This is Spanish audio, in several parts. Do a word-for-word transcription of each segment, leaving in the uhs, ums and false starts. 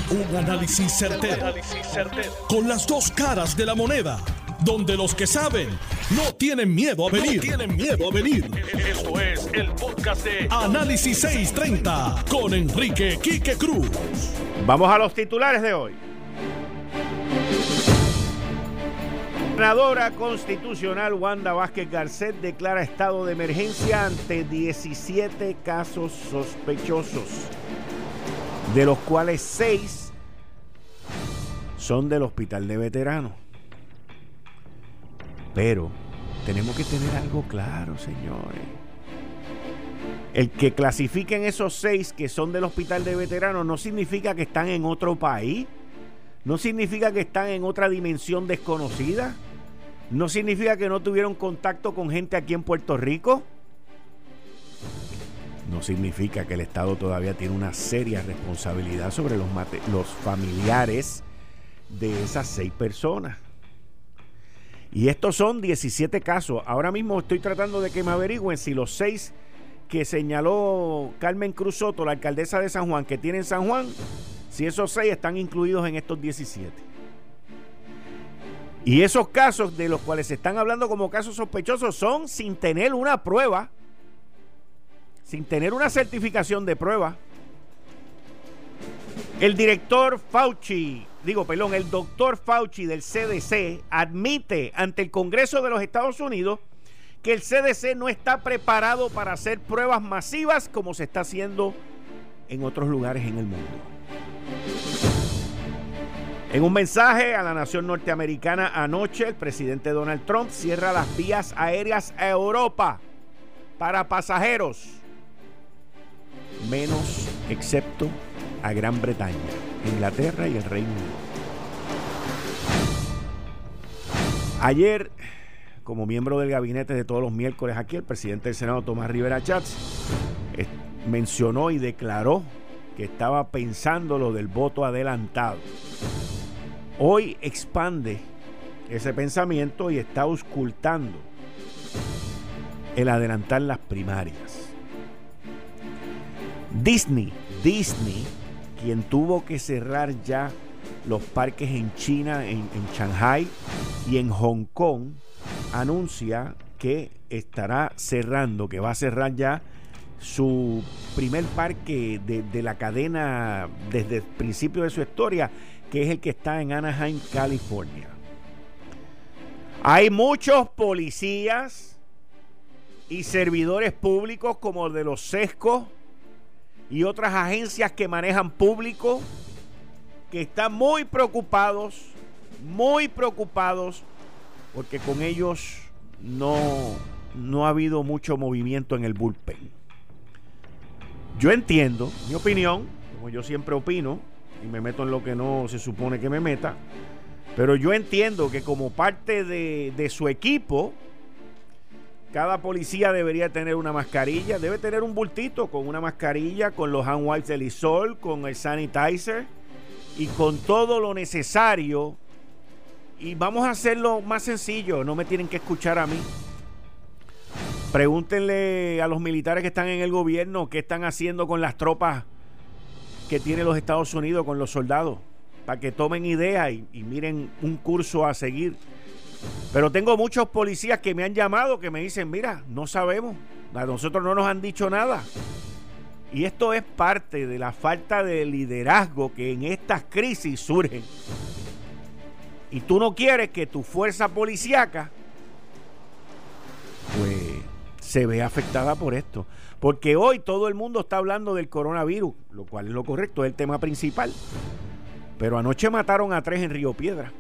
Un análisis certero, con las dos caras de la moneda, donde los que saben no tienen miedo a venir. No tienen miedo a venir. Esto es el podcast de Análisis seiscientos treinta con Enrique Quique Cruz. Vamos a los titulares de hoy. La senadora constitucional Wanda Vázquez Garcet declara estado de emergencia ante diecisiete casos sospechosos, de los cuales seis son del hospital de veteranos. Pero tenemos que tener algo claro, señores. El que clasifiquen esos seis que son del hospital de veteranos no significa que están en otro país, no significa que están en otra dimensión desconocida, no significa que no tuvieron contacto con gente aquí en Puerto Rico. No significa que el Estado todavía tiene una seria responsabilidad sobre los, mate- los familiares de esas seis personas. Y estos son diecisiete casos. Ahora mismo estoy tratando de que me averigüen si los seis que señaló Carmen Cruz Soto, la alcaldesa de San Juan, que tiene en San Juan, si esos seis están incluidos en estos diecisiete. Y esos casos de los cuales se están hablando como casos sospechosos son sin tener una prueba, sin tener una certificación de prueba. El director Fauci, digo, perdón, el doctor Fauci del C D C admite ante el Congreso de los Estados Unidos que el C D C no está preparado para hacer pruebas masivas como se está haciendo en otros lugares en el mundo. En un mensaje a la nación norteamericana anoche, el presidente Donald Trump cierra las vías aéreas a Europa para pasajeros, menos excepto a Gran Bretaña, Inglaterra y el Reino Unido. Ayer, como miembro del gabinete de todos los miércoles aquí, el presidente del Senado, Tomás Rivera Chats, eh, mencionó y declaró que estaba pensando lo del voto adelantado. Hoy expande ese pensamiento y está auscultando el adelantar las primarias. Disney, Disney, quien tuvo que cerrar ya los parques en China, en, en Shanghai y en Hong Kong, anuncia que estará cerrando, que va a cerrar ya su primer parque de, de la cadena desde el principio de su historia, que es el que está en Anaheim, California. Hay muchos policías y servidores públicos como el de los sescos y otras agencias que manejan público que están muy preocupados, muy preocupados, porque con ellos no, no ha habido mucho movimiento en el bullpen. Yo entiendo, mi opinión, como yo siempre opino, y me meto en lo que no se supone que me meta, pero yo entiendo que como parte de, de su equipo, cada policía debería tener una mascarilla, debe tener un bultito con una mascarilla, con los hand wipes de Lysol, con el sanitizer y con todo lo necesario. Y vamos a hacerlo más sencillo, no me tienen que escuchar a mí. Pregúntenle a los militares que están en el gobierno qué están haciendo con las tropas que tiene los Estados Unidos, con los soldados, para que tomen idea y, y miren un curso a seguir. Pero tengo muchos policías que me han llamado, que me dicen, mira, no sabemos, a nosotros no nos han dicho nada. Y esto es parte de la falta de liderazgo que en estas crisis surgen. Y tú no quieres que tu fuerza policíaca pues se vea afectada por esto. Porque hoy todo el mundo está hablando del coronavirus, lo cual es lo correcto, es el tema principal. Pero anoche mataron a tres en Río Piedra.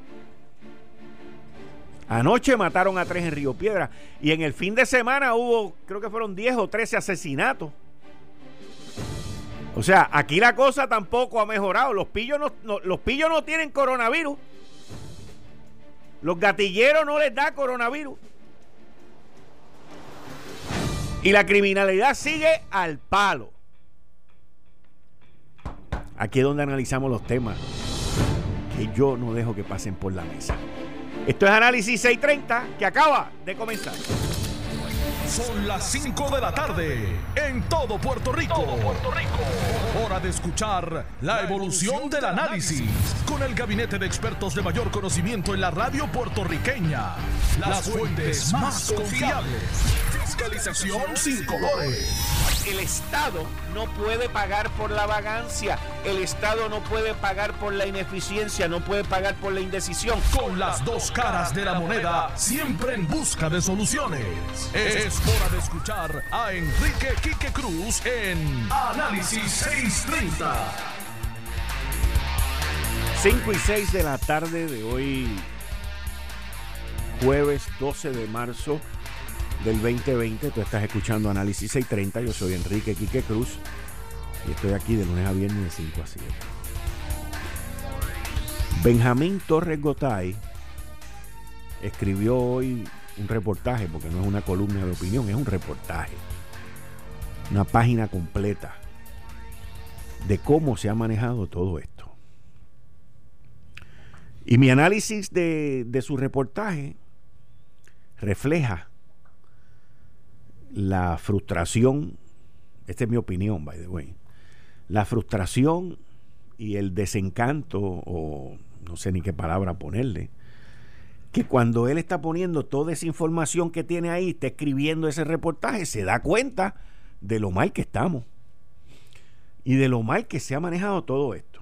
Anoche mataron a tres en Río Piedra. Y en el fin de semana hubo, creo que fueron diez o trece asesinatos. O sea, aquí la cosa tampoco ha mejorado. Los pillos no, no, los pillos no tienen coronavirus. Los gatilleros no les da coronavirus. Y la criminalidad sigue al palo. Aquí es donde analizamos los temas que yo no dejo que pasen por la mesa. Esto es Análisis seiscientos treinta, que acaba de comenzar. Son las cinco de la tarde en todo Puerto Rico. Todo Puerto Rico. Hora de escuchar la evolución del análisis con el gabinete de expertos de mayor conocimiento en la radio puertorriqueña. Las fuentes más confiables. Fiscalización sin colores. El Estado no puede pagar por la vagancia, el Estado no puede pagar por la ineficiencia, no puede pagar por la indecisión. Con las dos caras de la moneda, siempre en busca de soluciones. Es hora de escuchar a Enrique Quique Cruz en Análisis seiscientos treinta. cinco y seis de la tarde de hoy, jueves doce de marzo del veinte veinte. Tú estás escuchando Análisis seiscientos treinta. Yo soy Enrique Quique Cruz y estoy aquí de lunes a viernes de cinco a siete. Benjamín Torres Gotay escribió hoy un reportaje, porque no es una columna de opinión, es un reportaje, una página completa de cómo se ha manejado todo esto. Y mi análisis de, de su reportaje refleja la frustración, esta es mi opinión, by the way, la frustración y el desencanto, o no sé ni qué palabra ponerle, que cuando él está poniendo toda esa información que tiene ahí, está escribiendo ese reportaje, se da cuenta de lo mal que estamos y de lo mal que se ha manejado todo esto.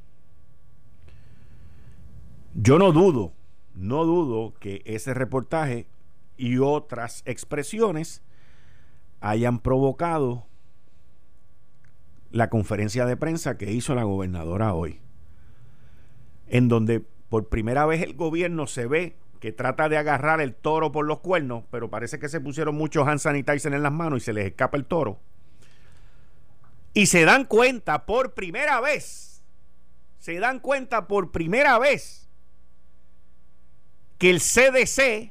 Yo no dudo, no dudo que ese reportaje y otras expresiones hayan provocado la conferencia de prensa que hizo la gobernadora hoy, en donde por primera vez el gobierno se ve que trata de agarrar el toro por los cuernos, pero parece que se pusieron muchos hand sanitizer en las manos y se les escapa el toro, y se dan cuenta por primera vez se dan cuenta por primera vez que el C D C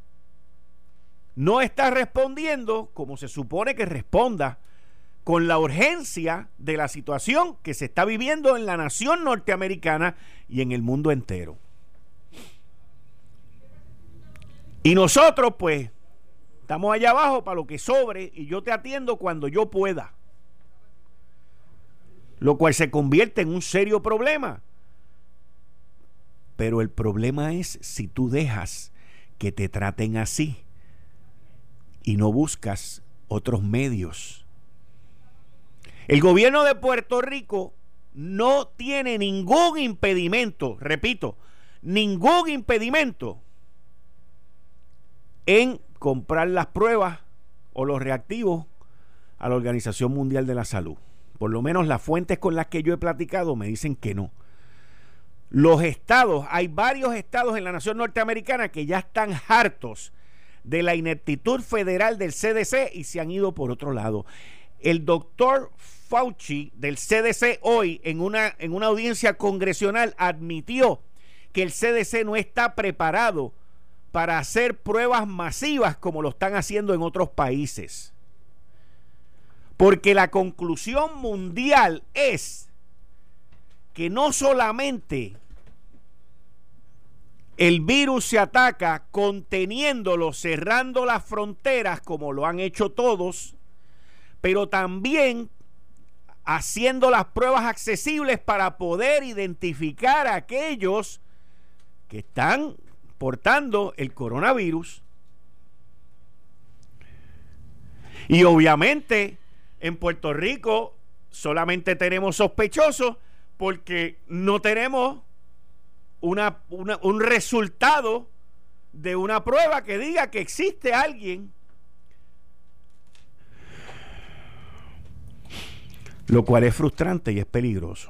no está respondiendo como se supone que responda, con la urgencia de la situación que se está viviendo en la nación norteamericana y en el mundo entero. Y nosotros, pues, estamos allá abajo para lo que sobre, y yo te atiendo cuando yo pueda, lo cual se convierte en un serio problema. Pero el problema es si tú dejas que te traten así y no buscas otros medios. El gobierno de Puerto Rico no tiene ningún impedimento, repito, ningún impedimento en comprar las pruebas o los reactivos a la Organización Mundial de la Salud. Por lo menos las fuentes con las que yo he platicado me dicen que no. Los estados, hay varios estados en la nación norteamericana que ya están hartos de la ineptitud federal del C D C y se han ido por otro lado. El doctor Fauci del C D C hoy en una, en una audiencia congresional admitió que el C D C no está preparado para hacer pruebas masivas como lo están haciendo en otros países. Porque la conclusión mundial es que no solamente el virus se ataca conteniéndolo, cerrando las fronteras como lo han hecho todos, pero también haciendo las pruebas accesibles para poder identificar a aquellos que están portando el coronavirus. Y obviamente en Puerto Rico solamente tenemos sospechosos porque no tenemos Una, una, un resultado de una prueba que diga que existe alguien. Lo cual es frustrante y es peligroso.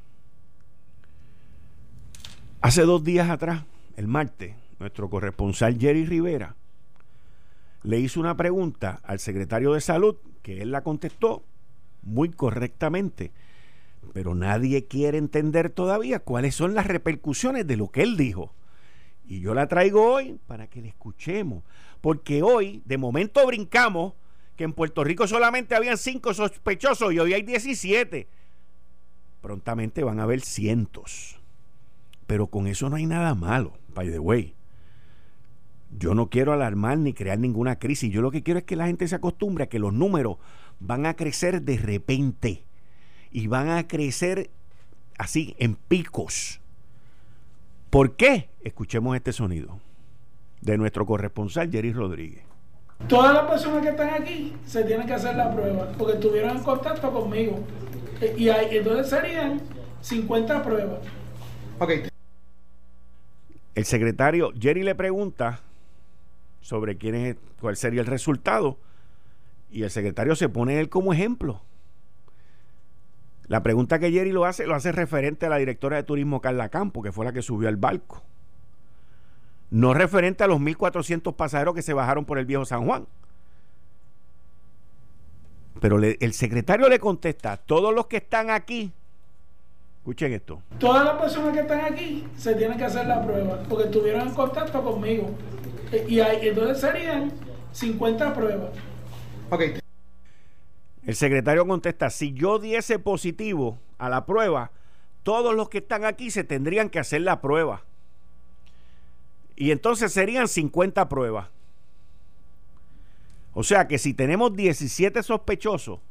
Hace dos días atrás, el martes, nuestro corresponsal Jerry Rivera le hizo una pregunta al secretario de Salud, que él la contestó muy correctamente. Pero nadie quiere entender todavía cuáles son las repercusiones de lo que él dijo. Y yo la traigo hoy para que la escuchemos. Porque hoy, de momento, brincamos que en Puerto Rico solamente habían cinco sospechosos y hoy hay diecisiete. Prontamente van a haber cientos. Pero con eso no hay nada malo, by the way. Yo no quiero alarmar ni crear ninguna crisis. Yo lo que quiero es que la gente se acostumbre a que los números van a crecer de repente y van a crecer así en picos. ¿Por qué? Escuchemos este sonido de nuestro corresponsal Jerry Rodríguez. Todas las personas que están aquí se tienen que hacer la prueba porque estuvieron en contacto conmigo. Y hay, entonces serían cincuenta pruebas. Ok. El secretario Jerry le pregunta sobre quién es, cuál sería el resultado, y el secretario se pone él como ejemplo. La pregunta que Jerry lo hace, lo hace referente a la directora de turismo Carla Campo, que fue la que subió al barco. No referente a los mil cuatrocientos pasajeros que se bajaron por el viejo San Juan. Pero le, el secretario le contesta: todos los que están aquí, escuchen esto. Todas las personas que están aquí se tienen que hacer la prueba porque estuvieron en contacto conmigo. Y hay, entonces serían cincuenta pruebas. Ok. El secretario contesta: si yo diese positivo a la prueba, todos los que están aquí se tendrían que hacer la prueba. Y entonces serían cincuenta pruebas. O sea que si tenemos diecisiete sospechosos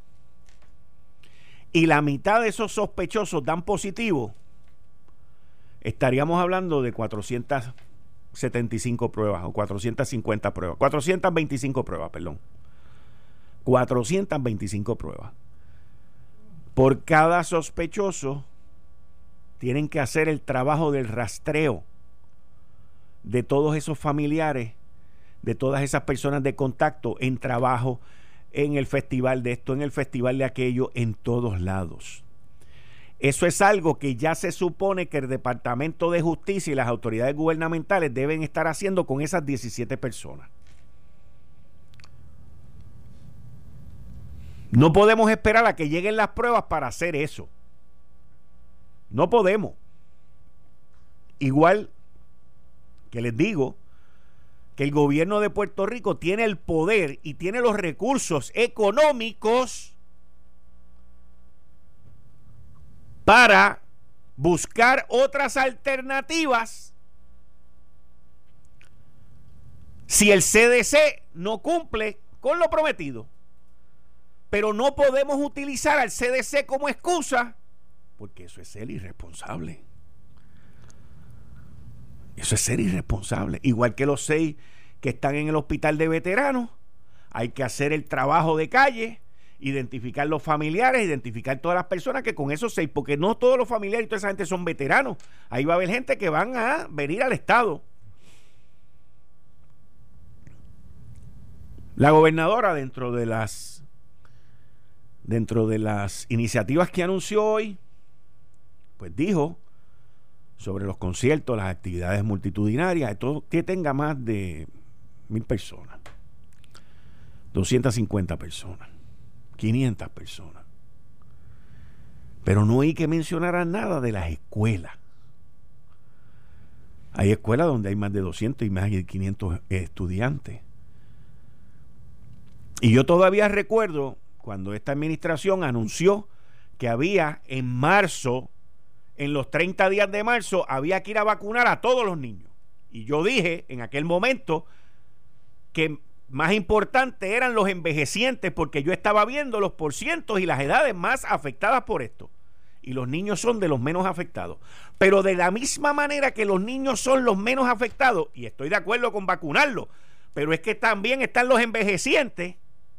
y la mitad de esos sospechosos dan positivo, estaríamos hablando de cuatrocientas setenta y cinco pruebas o cuatrocientas cincuenta pruebas, cuatrocientas veinticinco pruebas, perdón. cuatrocientas veinticinco pruebas. Por cada sospechoso tienen que hacer el trabajo del rastreo de todos esos familiares, de todas esas personas de contacto en trabajo, en el festival de esto, en el festival de aquello, en todos lados. Eso es algo que ya se supone que el Departamento de Justicia y las autoridades gubernamentales deben estar haciendo con esas diecisiete personas. No podemos esperar a que lleguen las pruebas para hacer eso. No podemos. Igual que les digo que el gobierno de Puerto Rico tiene el poder y tiene los recursos económicos para buscar otras alternativas si el C D C no cumple con lo prometido. Pero no podemos utilizar al C D C como excusa, porque eso es ser irresponsable. Eso es ser irresponsable. Igual que los seis que están en el hospital de veteranos, hay que hacer el trabajo de calle, identificar los familiares, identificar todas las personas que con esos seis, porque no todos los familiares y toda esa gente son veteranos. Ahí va a haber gente que van a venir al Estado. La gobernadora, dentro de las dentro de las iniciativas que anunció hoy, pues dijo sobre los conciertos, las actividades multitudinarias, todo que tenga más de mil personas, doscientas cincuenta personas, quinientas personas. Pero no hay que mencionar nada de las escuelas. Hay escuelas donde hay más de doscientos y más de quinientos estudiantes. Y yo todavía recuerdo cuando esta administración anunció que había en marzo, en los treinta días de marzo, había que ir a vacunar a todos los niños. Y yo dije en aquel momento que más importante eran los envejecientes, porque yo estaba viendo los porcientos y las edades más afectadas por esto. Y los niños son de los menos afectados. Pero de la misma manera que los niños son los menos afectados, y estoy de acuerdo con vacunarlos, pero es que también están los envejecientes.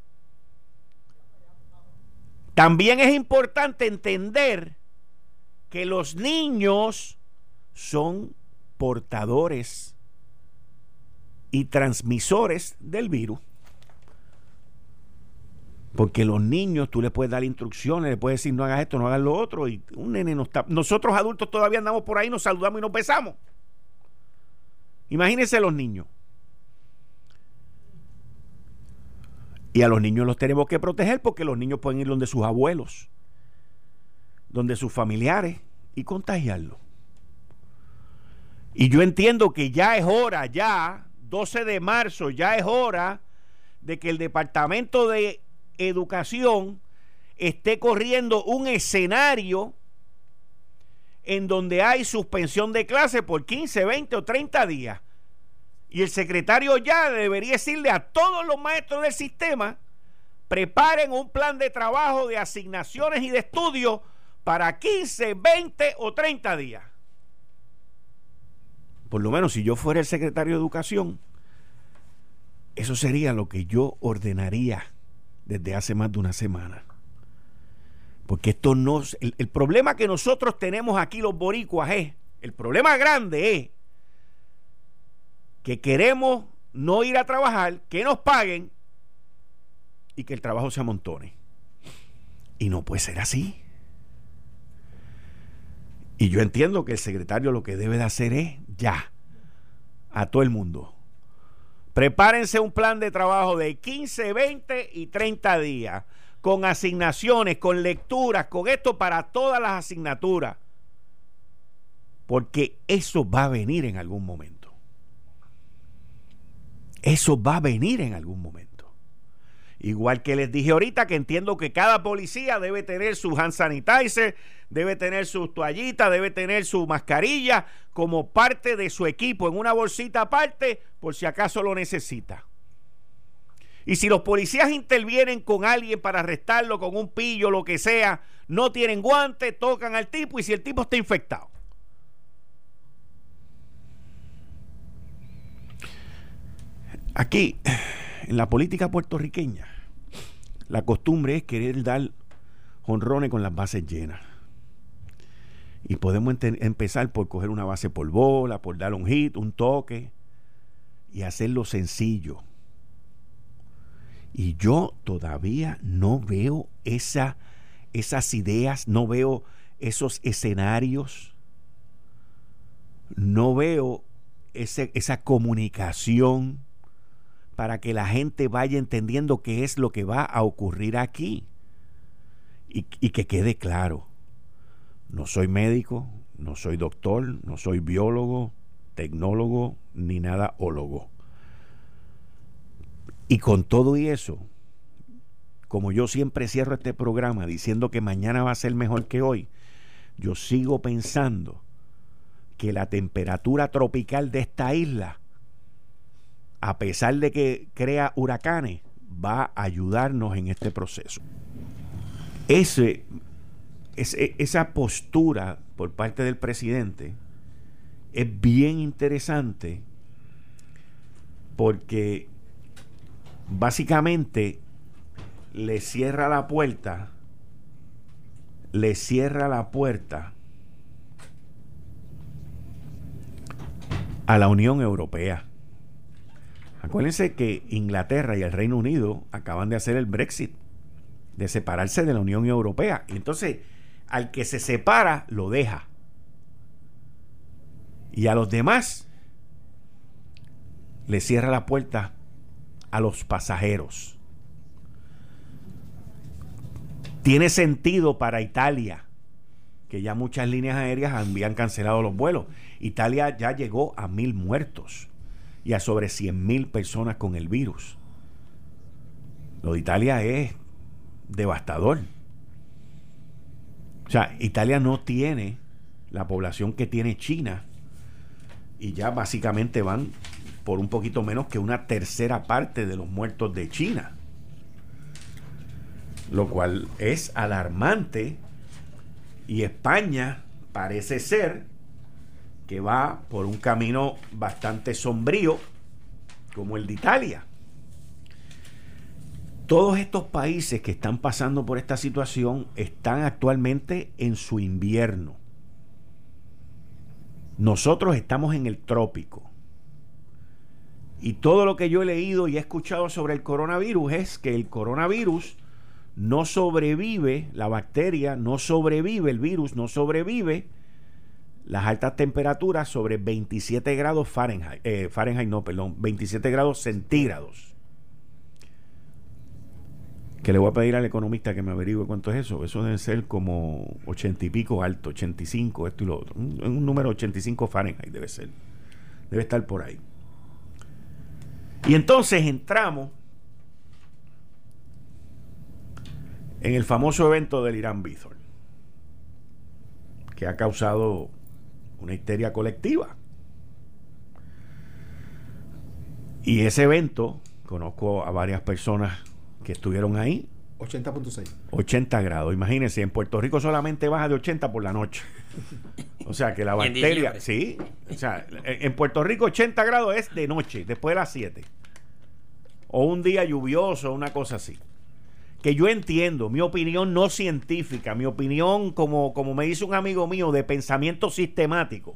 También es importante entender que los niños son portadores y transmisores del virus. Porque los niños, tú les puedes dar instrucciones, le puedes decir no hagas esto, no hagas lo otro, y un nene no está. Nosotros adultos todavía andamos por ahí, nos saludamos y nos besamos. Imagínense los niños. Y a los niños los tenemos que proteger porque los niños pueden ir donde sus abuelos, donde sus familiares, y contagiarlos. Y yo entiendo que ya es hora, ya doce de marzo, ya es hora de que el Departamento de Educación esté corriendo un escenario en donde hay suspensión de clase por quince, veinte o treinta días. Y el secretario ya debería decirle a todos los maestros del sistema: preparen un plan de trabajo de asignaciones y de estudio para quince, veinte o treinta días. Por lo menos si yo fuera el secretario de Educación, eso sería lo que yo ordenaría desde hace más de una semana. Porque esto no... El, el problema que nosotros tenemos aquí los boricuas es... El problema grande es que queremos no ir a trabajar, que nos paguen y que el trabajo se amontone. Y no puede ser así. Y yo entiendo que el secretario lo que debe de hacer es ya, a todo el mundo: prepárense un plan de trabajo de quince, veinte y treinta días, con asignaciones, con lecturas, con esto para todas las asignaturas. Porque eso va a venir en algún momento. Eso va a venir en algún momento. Igual que les dije ahorita que entiendo que cada policía debe tener su hand sanitizer, debe tener sus toallitas, debe tener su mascarilla como parte de su equipo en una bolsita aparte por si acaso lo necesita. Y si los policías intervienen con alguien para arrestarlo con un pillo, lo que sea, no tienen guantes, tocan al tipo y si el tipo está infectado. Aquí, en la política puertorriqueña, la costumbre es querer dar jonrones con las bases llenas. Y podemos empezar por coger una base por bola, por dar un hit, un toque, y hacerlo sencillo. Y yo todavía no veo esa, esas ideas, no veo esos escenarios, no veo ese, esa comunicación para que la gente vaya entendiendo qué es lo que va a ocurrir aquí. Y, y que quede claro, no soy médico, no soy doctor, no soy biólogo, tecnólogo, ni nada ólogo. Y con todo y eso, como yo siempre cierro este programa diciendo que mañana va a ser mejor que hoy, yo sigo pensando que la temperatura tropical de esta isla, a pesar de que crea huracanes, va a ayudarnos en este proceso. Ese, ese, esa postura por parte del presidente es bien interesante porque básicamente le cierra la puerta, le cierra la puerta a la Unión Europea. Acuérdense que Inglaterra y el Reino Unido acaban de hacer el Brexit, de separarse de la Unión Europea. Y entonces, al que se separa, lo deja. Y a los demás, le cierra la puerta a los pasajeros. Tiene sentido para Italia, que ya muchas líneas aéreas habían cancelado los vuelos. Italia ya llegó a mil muertos y a sobre cien mil personas con el virus. Lo de Italia es devastador. O sea, Italia no tiene la población que tiene China y ya básicamente van por un poquito menos que una tercera parte de los muertos de China, lo cual es alarmante. Y España parece ser que va por un camino bastante sombrío como el de Italia. Todos estos países que están pasando por esta situación están actualmente en su invierno. Nosotros estamos en el trópico. Y todo lo que yo he leído y he escuchado sobre el coronavirus es que el coronavirus no sobrevive, la bacteria no sobrevive, el virus no sobrevive las altas temperaturas sobre veintisiete grados Fahrenheit, eh, Fahrenheit no, perdón, veintisiete grados centígrados. Que le voy a pedir al economista que me averigüe cuánto es eso. Eso debe ser como ochenta y pico alto, ochenta y cinco, esto y lo otro. Un, un número ochenta y cinco Fahrenheit debe ser. Debe estar por ahí. Y entonces entramos en el famoso evento del Irán Bithorn, que ha causado una histeria colectiva. Y ese evento, conozco a varias personas que estuvieron ahí. ochenta punto seis. ochenta grados. Imagínense, en Puerto Rico solamente baja de ochenta por la noche. O sea que la bacteria... Sí. O sea, en Puerto Rico ochenta grados es de noche, después de las siete. O un día lluvioso, una cosa así. Que yo entiendo, mi opinión no científica, mi opinión, como, como me dice un amigo mío, de pensamiento sistemático,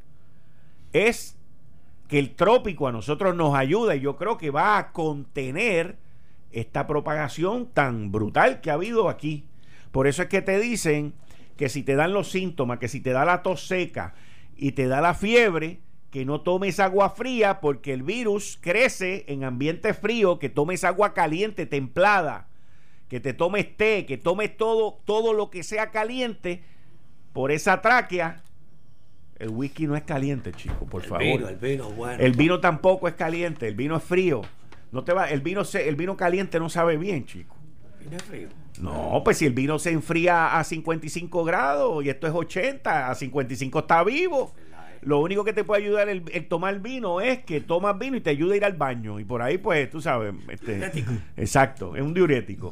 es que el trópico a nosotros nos ayuda y yo creo que va a contener esta propagación tan brutal que ha habido aquí. Por eso es que te dicen que si te dan los síntomas, que si te da la tos seca y te da la fiebre, que no tomes agua fría porque el virus crece en ambiente frío, que tomes agua caliente, templada, que te tomes té, que tomes todo, todo lo que sea caliente por esa tráquea. El whisky no es caliente, chico, por el favor. Vino, el vino, bueno. El vino tampoco es caliente, el vino es frío. No te va, el vino se, el vino caliente no sabe bien, chico. ¿Vino es frío? No, pues si el vino se enfría a cincuenta y cinco grados y esto es ochenta, a cincuenta y cinco está vivo. Lo único que te puede ayudar el, el tomar vino es que tomas vino y te ayuda a ir al baño. Y por ahí, pues, tú sabes. Este, exacto, es un diurético.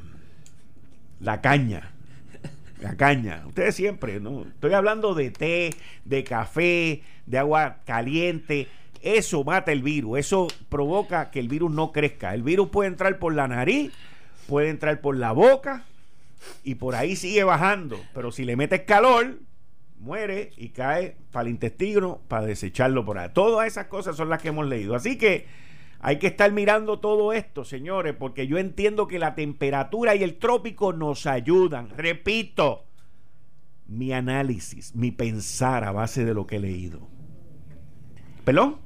La caña. La caña. Ustedes siempre, ¿no? Estoy hablando de té, de café, de agua caliente. Eso mata el virus. Eso provoca que el virus no crezca. El virus puede entrar por la nariz, puede entrar por la boca y por ahí sigue bajando. Pero si le metes calor, muere y cae para el intestino para desecharlo por ahí. Todas esas cosas son las que hemos leído. Así que hay que estar mirando todo esto, señores, porque yo entiendo que la temperatura y el trópico nos ayudan. Repito, mi análisis, mi pensar a base de lo que he leído. ¿Pelón?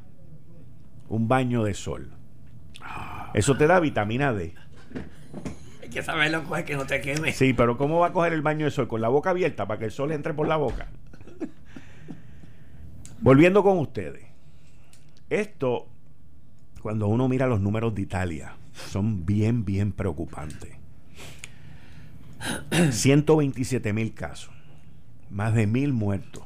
Un baño de sol. Eso te da vitamina D. Hay que saberlo, coger que no te queme. Sí, pero ¿cómo va a coger el baño de sol? ¿Con la boca abierta para que el sol entre por la boca? Volviendo con ustedes. Esto, cuando uno mira los números de Italia, son bien, bien preocupantes. ciento veintisiete mil casos. Más de mil muertos.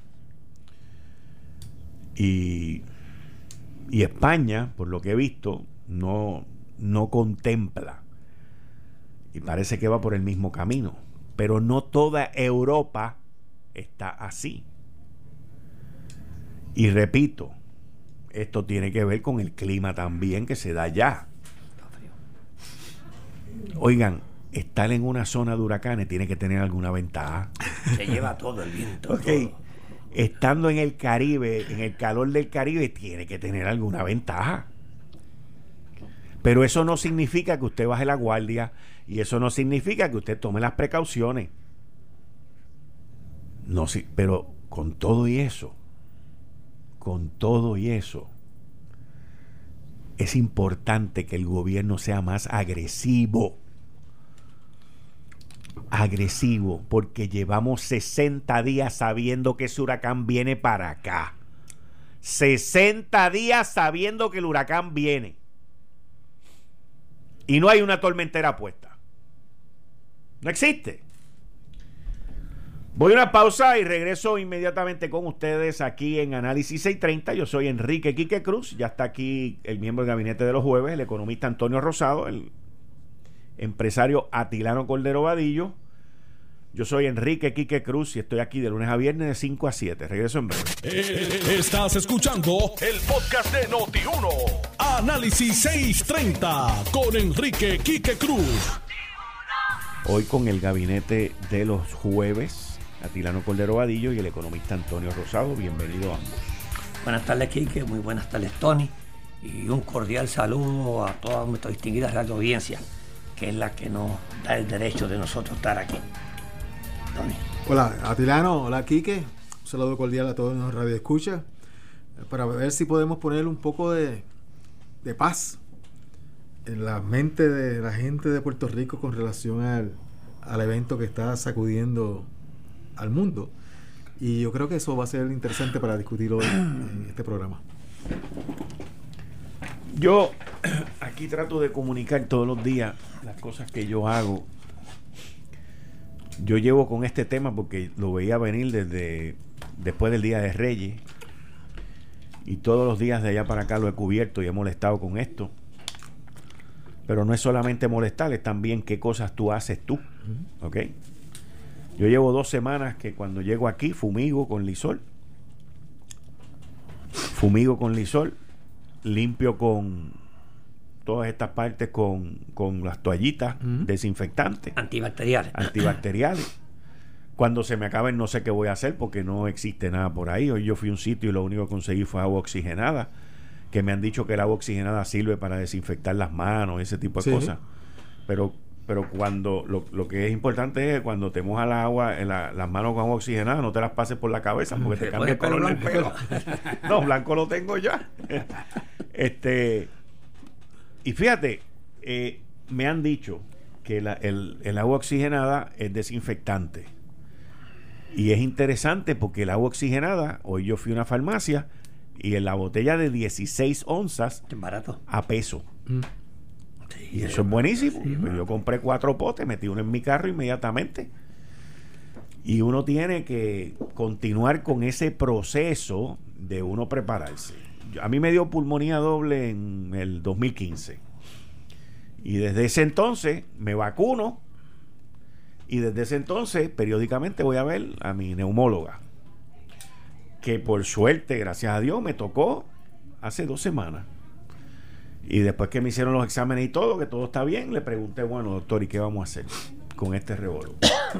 Y, y España, por lo que he visto, no, no contempla. Y parece que va por el mismo camino. Pero no toda Europa está así. Y repito, esto tiene que ver con el clima también que se da allá. Oigan, estar en una zona de huracanes tiene que tener alguna ventaja. Se lleva todo el viento. Okay. Todo. Estando en el Caribe, en el calor del Caribe, tiene que tener alguna ventaja. Pero eso no significa que usted baje la guardia y eso no significa que usted tome las precauciones. No, sí, pero con todo y eso, con todo y eso, es importante que el gobierno sea más agresivo. Agresivo, porque llevamos sesenta días sabiendo que ese huracán viene para acá. sesenta días sabiendo que el huracán viene. Y no hay una tormentera puesta. No existe. Voy a una pausa y regreso inmediatamente con ustedes aquí en Análisis seiscientos treinta. Yo soy Enrique Quique Cruz. Ya está aquí el miembro del gabinete de los jueves, el economista Antonio Rosado, el empresario Atilano Cordero Vadillo. Yo soy Enrique Quique Cruz y estoy aquí de lunes a viernes de cinco a siete. Regreso en breve. Eh, estás escuchando el podcast de Noti uno. Análisis seiscientos treinta con Enrique Quique Cruz. Hoy con el gabinete de los jueves, Atilano Cordero Vadillo y el economista Antonio Rosado. Bienvenidos ambos. Buenas tardes, Quique. Muy buenas tardes, Tony. Y un cordial saludo a toda nuestra distinguida radio audiencia, que es la que nos da el derecho de nosotros estar aquí. Tony. Hola, Atilano. Hola, Quique. Un saludo cordial a todos los radioescuchas para ver si podemos poner un poco de, de paz en la mente de la gente de Puerto Rico con relación al, al evento que está sacudiendo al mundo. Y yo creo que eso va a ser interesante para discutir hoy en este programa. Yo aquí trato de comunicar todos los días las cosas que yo hago. Yo llevo con este tema porque lo veía venir desde después del Día de Reyes y todos los días de allá para acá lo he cubierto y he molestado con esto. Pero no es solamente molestar, es también qué cosas tú haces tú. ¿Ok? Yo llevo dos semanas que cuando llego aquí fumigo con Lysol. Fumigo con Lysol. Limpio con todas estas partes con, con las toallitas uh-huh. desinfectantes. Antibacteriales. Antibacteriales. Cuando se me acaben no sé qué voy a hacer porque no existe nada por ahí. Hoy yo fui a un sitio y lo único que conseguí fue agua oxigenada, que me han dicho que el agua oxigenada sirve para desinfectar las manos, ese tipo de sí. cosas. Pero pero cuando lo, lo que es importante es cuando te mojas la agua, la, las manos con agua oxigenada, no te las pases por la cabeza porque te cambia el color del pelo. No, blanco lo tengo ya. este Y fíjate, eh, me han dicho que la, el, el agua oxigenada es desinfectante. Y es interesante porque el agua oxigenada, hoy yo fui a una farmacia y en la botella de dieciséis onzas, barato, a peso. Mm. Sí, y eso es buenísimo. Sí, pues yo compré cuatro potes, metí uno en mi carro inmediatamente. Y uno tiene que continuar con ese proceso de uno prepararse. A mí me dio pulmonía doble en el dos mil quince. Y desde ese entonces me vacuno. Y desde ese entonces, periódicamente voy a ver a mi neumóloga. Que por suerte, gracias a Dios, me tocó hace dos semanas. Y después que me hicieron los exámenes y todo, que todo está bien, le pregunté, bueno, doctor, ¿y qué vamos a hacer con este revolú?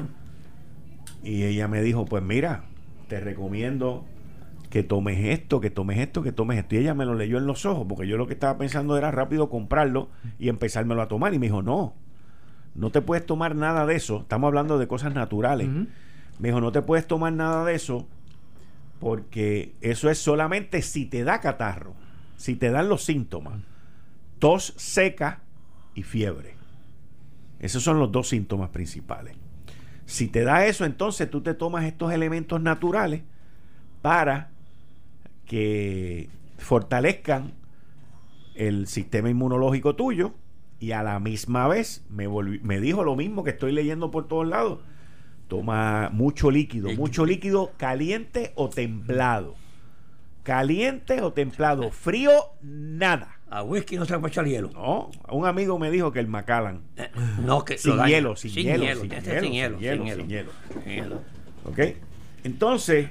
Y ella me dijo, pues mira, te recomiendo que tomes esto, que tomes esto, que tomes esto. Y ella me lo leyó en los ojos, porque yo lo que estaba pensando era rápido comprarlo y empezármelo a tomar. Y me dijo, no, no te puedes tomar nada de eso. Estamos hablando de cosas naturales. Uh-huh. Me dijo, no te puedes tomar nada de eso porque eso es solamente si te da catarro, si te dan los síntomas, tos seca y fiebre. Esos son los dos síntomas principales. Si te da eso, entonces tú te tomas estos elementos naturales para que fortalezcan el sistema inmunológico tuyo. Y a la misma vez me, volví, me dijo lo mismo que estoy leyendo por todos lados. Toma mucho líquido, líquido, mucho líquido caliente o templado. Caliente o templado, frío, nada. A whisky no se le puede echar hielo. No, un amigo me dijo que el Macallan. Eh, no, que sin hielo, sin, sin hielo, hielo, sin sin hielo, sin hielo, sin hielo, sin sin hielo. Sin hielo. ¿Ok? Entonces,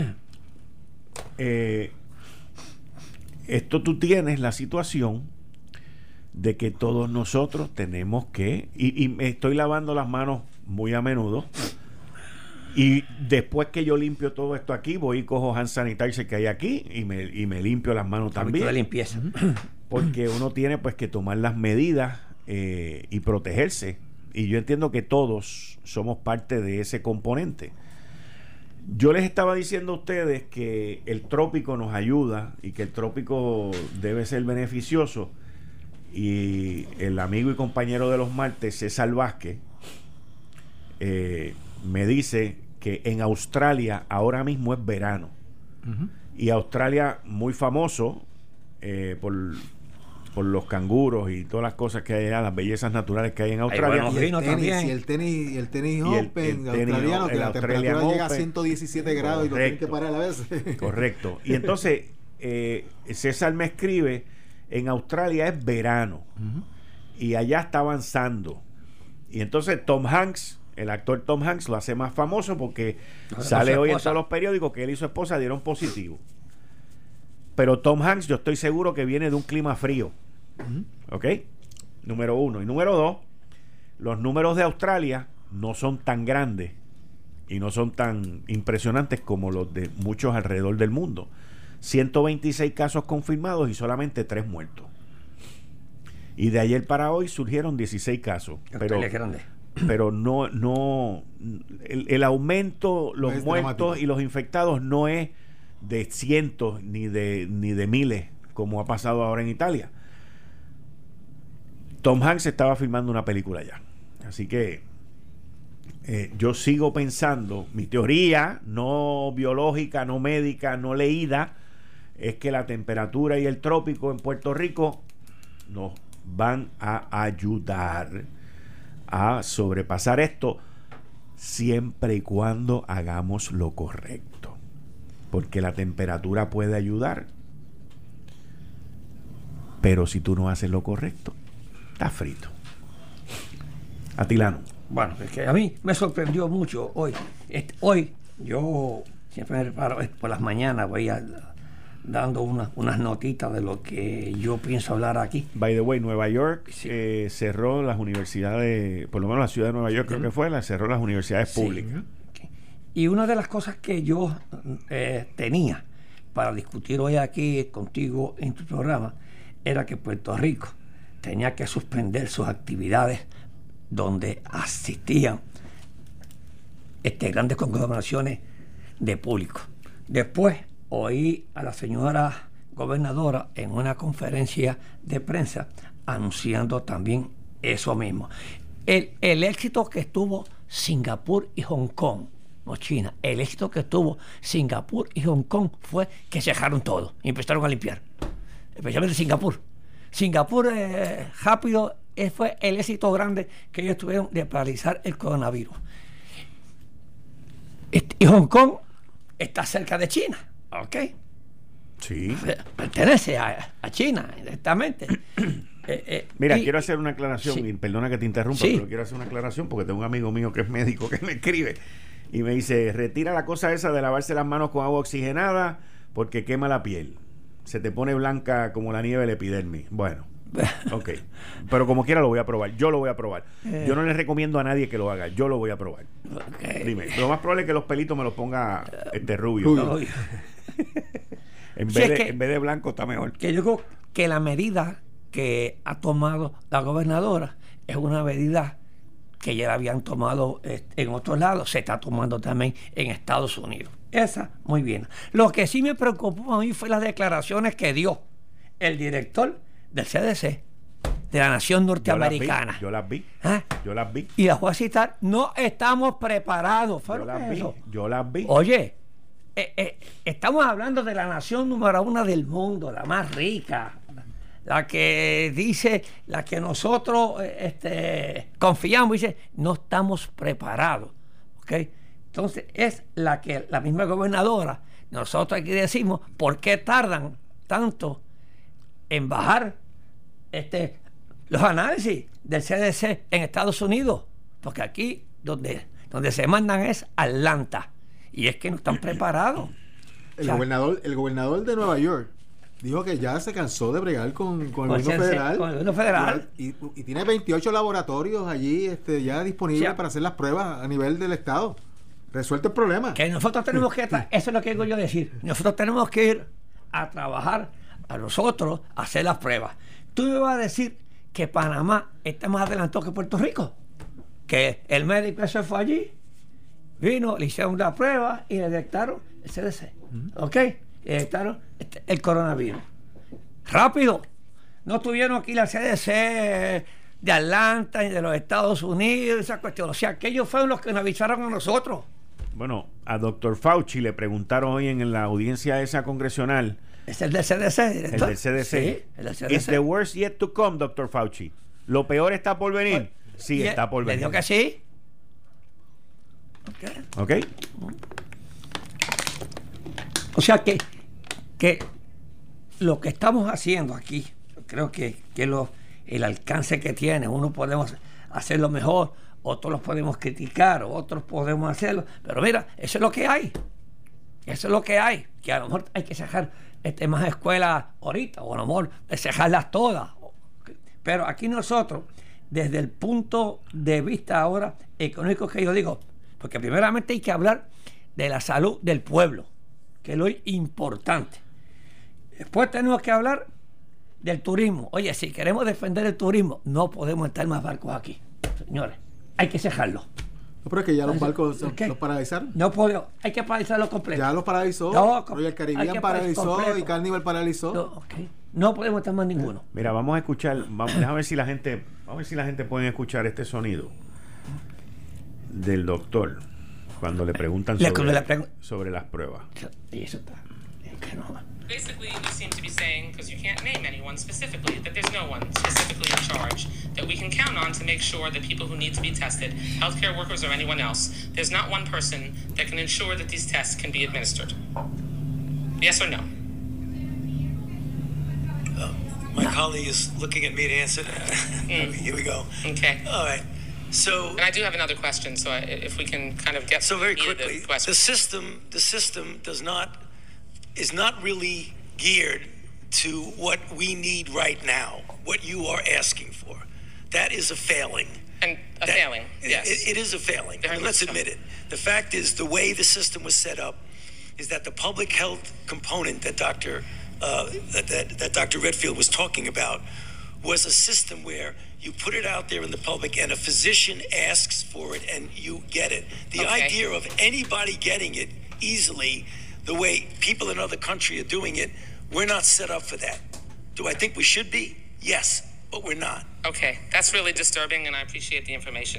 eh, esto tú tienes la situación de que todos nosotros tenemos que, y, y me estoy lavando las manos muy a menudo, y después que yo limpio todo esto aquí, voy y cojo hand sanitizer que hay aquí y me, y me limpio las manos también. De limpieza. Porque uno tiene pues que tomar las medidas eh, y protegerse. Y yo entiendo que todos somos parte de ese componente. Yo les estaba diciendo a ustedes que el trópico nos ayuda y que el trópico debe ser beneficioso. Y el amigo y compañero de los martes, César Vázquez, eh, me dice que en Australia ahora mismo es verano. Uh-huh. Y Australia muy famoso eh, por, por los canguros y todas las cosas que hay allá, las bellezas naturales que hay en Australia. Y el tenis, y el tenis, y el tenis Open australiano, que la temperatura Open llega a ciento diecisiete grados. Correcto. Y lo tienen que parar a la vez. Correcto. Y entonces eh, César me escribe, en Australia es verano. Uh-huh. Y allá está avanzando. Y entonces Tom Hanks, el actor Tom Hanks, lo hace más famoso porque Ahora sale hoy en todos los periódicos que él y su esposa dieron positivo. Pero Tom Hanks, yo estoy seguro que viene de un clima frío. Uh-huh. ¿Ok? Número uno. Y número dos, los números de Australia no son tan grandes y no son tan impresionantes como los de muchos alrededor del mundo. ciento veintiséis casos confirmados y solamente tres muertos. Y de ayer para hoy surgieron dieciséis casos. Pero, pero no, no el, el aumento, los no muertos dramático. Y los infectados no es de cientos ni de, ni de miles, como ha pasado ahora en Italia. Tom Hanks estaba filmando una película ya. Así que eh, yo sigo pensando, mi teoría, no biológica, no médica, no leída, es que la temperatura y el trópico en Puerto Rico nos van a ayudar a sobrepasar esto siempre y cuando hagamos lo correcto, porque la temperatura puede ayudar pero si tú no haces lo correcto, estás frito. Atilano. Bueno, es que a mí me sorprendió mucho hoy. Este, hoy yo siempre me preparo por las mañanas, voy a, dando una, unas notitas de lo que yo pienso hablar aquí. By the way, Nueva York Sí. eh, cerró las universidades, por lo menos la ciudad de Nueva York creo que fue, la cerró las universidades Sí. públicas. Okay. Y una de las cosas que yo eh, tenía para discutir hoy aquí contigo en tu programa era que Puerto Rico tenía que suspender sus actividades donde asistían este, grandes conglomeraciones de público. Después oí a la señora gobernadora en una conferencia de prensa anunciando también eso mismo. El, el éxito que tuvo Singapur y Hong Kong, no China, el éxito que tuvo Singapur y Hong Kong fue que cerraron todo y empezaron a limpiar, especialmente Singapur. Singapur eh, rápido eh, fue el éxito grande que ellos tuvieron de paralizar el coronavirus. Este, y Hong Kong está cerca de China, ¿ok? Sí. Pertenece a, a China directamente. eh, eh, Mira, y, quiero hacer una aclaración, sí. y perdona que te interrumpa, Sí. pero quiero hacer una aclaración porque tengo un amigo mío que es médico que me escribe y me dice, retira la cosa esa de lavarse las manos con agua oxigenada porque quema la piel. Se te pone blanca como la nieve del epidermis. Bueno, ok. Pero como quiera lo voy a probar. Yo lo voy a probar. Eh. Yo no le recomiendo a nadie que lo haga. Yo lo voy a probar. Okay. Dime, lo más probable es que los pelitos me los ponga este rubio. Rubio. No, En, Sí, vez es de, que- en vez de blanco está mejor. que yo creo que la medida que ha tomado la gobernadora es una medida que ya la habían tomado eh, en otros lados, se está tomando también en Estados Unidos. Esa, muy bien. Lo que sí me preocupó a mí fue las declaraciones que dio el director del C D C, de la nación norteamericana. Yo las vi. ¿Ah? Yo las vi. Y las voy a citar, no estamos preparados. ¿Fue Yo lo que las es vi. eso? Yo las vi. Oye, eh, eh, estamos hablando de la nación número uno del mundo, la más rica, la que dice, la que nosotros eh, este, confiamos, dice, no estamos preparados, ¿ok? Entonces es la que la misma gobernadora, nosotros aquí decimos, ¿por qué tardan tanto en bajar este, los análisis del C D C en Estados Unidos? Porque aquí donde, donde se mandan es Atlanta. Y es que no están preparados. El, O sea, gobernador, el gobernador de Nueva York dijo que ya se cansó de bregar con, con el Con gobierno el- federal. con el gobierno federal. Y, y tiene veintiocho laboratorios allí este, ya disponibles O sea, para hacer las pruebas a nivel del Estado. Resuelto el problema. Que nosotros tenemos que, tra- eso es lo que digo yo decir, nosotros tenemos que ir a trabajar a nosotros a hacer las pruebas. Tú me vas a decir que Panamá está más adelantado que Puerto Rico, que el médico se fue allí, vino, le hicieron la prueba y le detectaron el C D C, ¿ok? Le detectaron este, el coronavirus. Rápido. No tuvieron aquí la C D C de Atlanta ni de los Estados Unidos, esa cuestión. O sea, que ellos fueron los que nos avisaron a nosotros. Bueno, a doctor Fauci le preguntaron hoy en la audiencia esa congresional, Es el del C D C, el director. del C D C. Sí, el del C D Is C. the worst yet to come, doctor Fauci? ¿Lo peor está por venir? Sí, Y está por le venir. dijo que sí. Ok. ¿Ok? O sea que, que lo que estamos haciendo aquí, yo creo que, que lo, el alcance que tiene, uno podemos hacerlo mejor, otros los podemos criticar, otros podemos hacerlo, pero mira, eso es lo que hay. Eso es lo que hay, que a lo mejor hay que cerrar este, más escuelas ahorita, o a lo mejor cerrarlas todas. Pero aquí nosotros, desde el punto de vista ahora económico que yo digo, porque primeramente hay que hablar de la salud del pueblo, que es lo importante. Después tenemos que hablar del turismo. Oye, si queremos defender el turismo, no podemos estar más barcos aquí, señores. Hay que cerrarlo. No, pero es que ya los barcos Ok. los paralizaron. No podemos, hay que paralizarlo completo. Ya los paralizó. No, com- Royal hay Caribbean que paralizó completo. y Carnival paralizó. No, ok. No podemos estar más ninguno. Mira, vamos a escuchar, vamos, déjame ver si la gente, vamos a ver si la gente puede escuchar este sonido del doctor cuando le preguntan Le- sobre, le pregun- sobre las pruebas. Y eso está. es que no. Basically, you seem to be saying, because you can't name anyone specifically, that there's no one specifically in charge that we can count on to make sure that people who need to be tested, healthcare workers or anyone else, there's not one person that can ensure that these tests can be administered. Yes or no? My colleague is looking at me to answer that. Mm. Here we go. Okay. All right. So, And I do have another question, so I, if we can kind of get so very to the quickly, question. the system, the system does not, is not really geared to what we need right now, what you are asking for. That is a failing. And a That- failing, yes. It, it is a failing. I mean, let's admit it. The fact is, the way the system was set up is that the public health component that Doctor Uh, that, that, that Doctor Redfield was talking about was a system where you put it out there in the public and a physician asks for it and you get it. The Okay. idea of anybody getting it easily, the way people in other countries are doing it, we're not set up for that. Do I think we should be? Yes, but we're not. Okay, that's really disturbing, and I appreciate the information.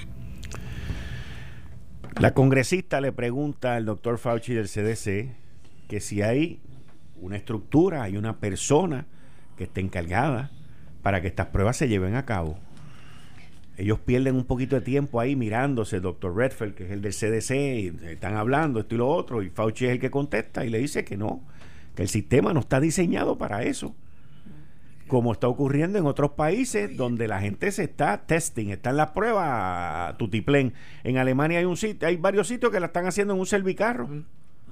La congresista le pregunta al doctor Fauci del C D C que si hay una estructura, hay una persona que esté encargada para que estas pruebas se lleven a cabo. Ellos pierden un poquito de tiempo ahí mirándose, el doctor Redfield, que es el del C D C, y están hablando esto y lo otro, y Fauci es el que contesta y le dice que no, que el sistema no está diseñado para eso, como está ocurriendo en otros países donde la gente se está testing, están las pruebas tutiplén. En Alemania hay un sitio, hay varios sitios que la están haciendo en un servicarro. Uh-huh.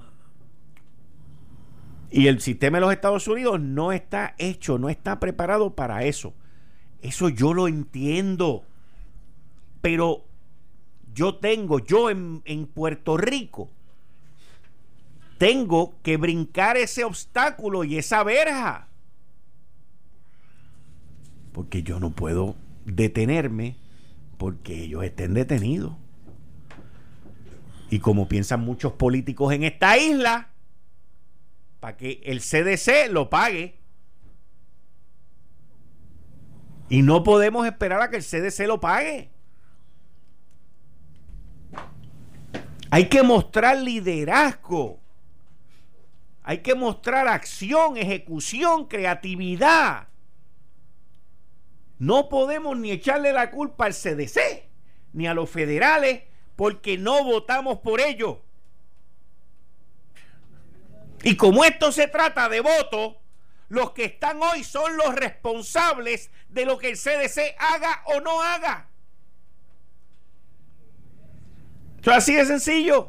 Y el sistema de los Estados Unidos no está hecho, no está preparado para eso. Eso yo lo entiendo. Pero yo tengo, yo en, en Puerto Rico, tengo que brincar ese obstáculo y esa verja. Porque yo no puedo detenerme porque ellos estén detenidos. Y como piensan muchos políticos en esta isla, para que el C D C lo pague. Y no podemos esperar a que el C D C lo pague. Hay que mostrar liderazgo. Hay que mostrar acción, ejecución, creatividad. No podemos ni echarle la culpa al C D C ni a los federales porque no votamos por ellos. Y como esto se trata de votos, los que están hoy son los responsables de lo que el C D C haga o no haga. Eso es así de sencillo.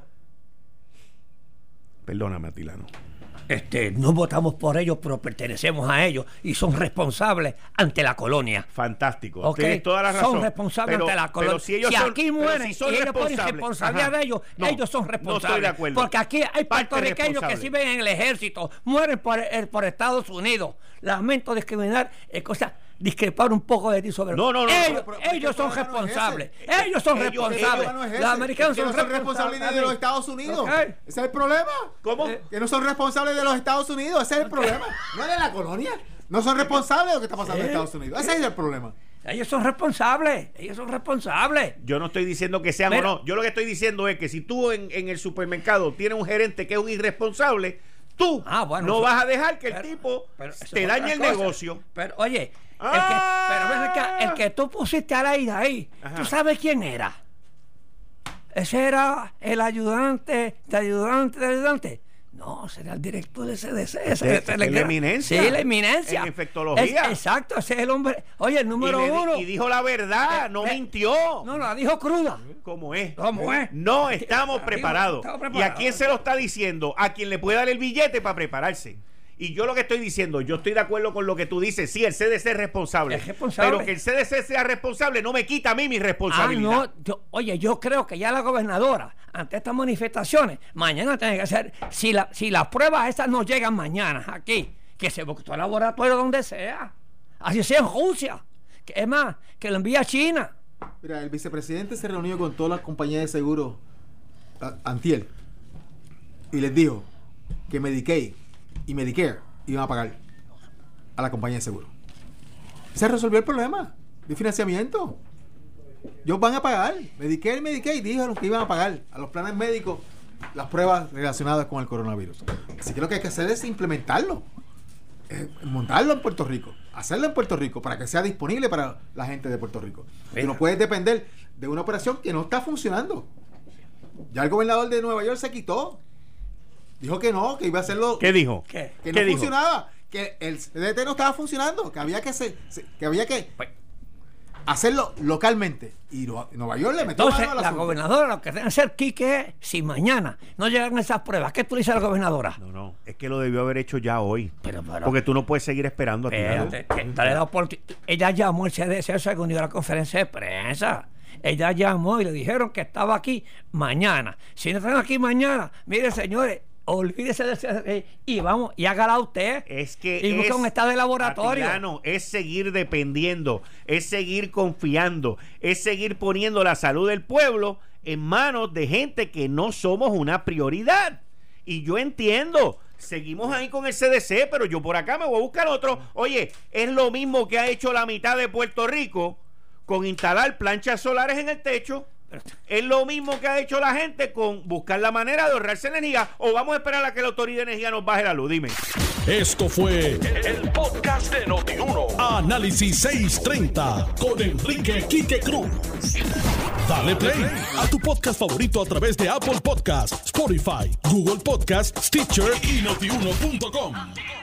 Perdóname, Atilano. Este, no votamos por ellos, pero pertenecemos a ellos y son responsables ante la colonia. Fantástico. Okay. Tienes toda la razón. Son responsables pero, ante la colonia. Si, ellos si son, aquí mueren si son y ellos ponen responsabilidad de ellos, no, ellos son responsables. No estoy de acuerdo. Porque aquí hay puertorriqueños que sirven en el ejército, mueren por, por Estados Unidos. Lamento discriminar, eh, cosa, discrepar un poco de ti sobre no, no, no, ellos. pero, pero, ellos son responsables. Es ellos son ellos, responsables. ellos no es Los americanos es son, son responsables de los Estados Unidos. Okay. Ese es el problema. ¿Cómo? Eh, que no son responsables de los Estados Unidos. Ese es el okay. problema. No es de la colonia. No son responsables de lo que está pasando sí. en Estados Unidos. Ese es el problema. Ellos son responsables, ellos son responsables. Yo no estoy diciendo que sean pero, o no. Yo lo que estoy diciendo es que si tú en, en el supermercado tienes un gerente que es un irresponsable, tú ah, bueno, no eso, vas a dejar que pero, el tipo te dañe el cosa. negocio. Pero oye, ah. el, que, pero ven acá, el que tú pusiste al aire ahí, Ajá. ¿tú sabes quién era? Ese era el ayudante, de ayudante, de ayudante. No, será el director del C D C. Ese, es la eminencia. Sí, la eminencia. En infectología. Es, exacto, ese es el hombre. Oye, el número y le, uno. Y dijo la verdad, eh, no eh, mintió. No, la dijo cruda. ¿Cómo es? ¿Cómo es? No estamos preparados. preparados. ¿Y a quién se lo está diciendo? A quien le puede dar el billete para prepararse. Y yo lo que estoy diciendo, yo estoy de acuerdo con lo que tú dices. Sí, el C D C es responsable. Es responsable. Pero que el C D C sea responsable no me quita a mí mi responsabilidad. Ah, no. Yo, oye, yo creo que ya la gobernadora, ante estas manifestaciones, mañana tiene que hacer, si, la, si las pruebas esas no llegan mañana aquí, que se busque el laboratorio donde sea. Así sea en Rusia. Que, es más, que lo envíe a China. Mira, el vicepresidente se reunió con todas las compañías de seguro a, antier y les dijo que Medicaid y Medicare iban a pagar a la compañía de seguro. Se resolvió el problema de financiamiento. Ellos van a pagar. Medicare y Medicaid dijeron que iban a pagar a los planes médicos las pruebas relacionadas con el coronavirus. Así que lo que hay que hacer es implementarlo, eh, montarlo en Puerto Rico, hacerlo en Puerto Rico para que sea disponible para la gente de Puerto Rico. Tú no puedes depender de una operación que no está funcionando. Ya el gobernador de Nueva York se quitó. Dijo que no, que iba a hacerlo. ¿Qué dijo? Que ¿Qué no dijo? funcionaba. que el C D T no estaba funcionando, que había que se, se- que había que hacerlo localmente. Y lo- Nueva York le metió Entonces, mano al la asunto. gobernadora lo que tiene que hacer, Quique, es, si mañana no llegan esas pruebas, ¿qué tú le dices a la gobernadora? No, no, es que lo debió haber hecho ya hoy. Pero, pero- porque tú no puedes seguir esperando a ti. Espérate, que dale la oportunidad. Ella llamó al C D C según dio la conferencia de prensa. Ella llamó y le dijeron que estaba aquí mañana. Si no están aquí mañana, mire, señores, olvídese del C D C y vamos, y hágala usted. Es que y busca es, un estado de laboratorio. Atilano, es seguir dependiendo, es seguir confiando, es seguir poniendo la salud del pueblo en manos de gente que no somos una prioridad. Y yo entiendo, seguimos ahí con el C D C, pero yo por acá me voy a buscar otro. Oye, es lo mismo que ha hecho la mitad de Puerto Rico con instalar planchas solares en el techo. Es lo mismo que ha hecho la gente con buscar la manera de ahorrarse energía. O vamos a esperar a que la Autoridad de Energía nos baje la luz. Dime. Esto fue el podcast de Notiuno. Análisis seiscientos treinta con Enrique Quique Cruz. Dale play a tu podcast favorito a través de Apple Podcasts, Spotify, Google Podcasts, Stitcher y notiuno punto com.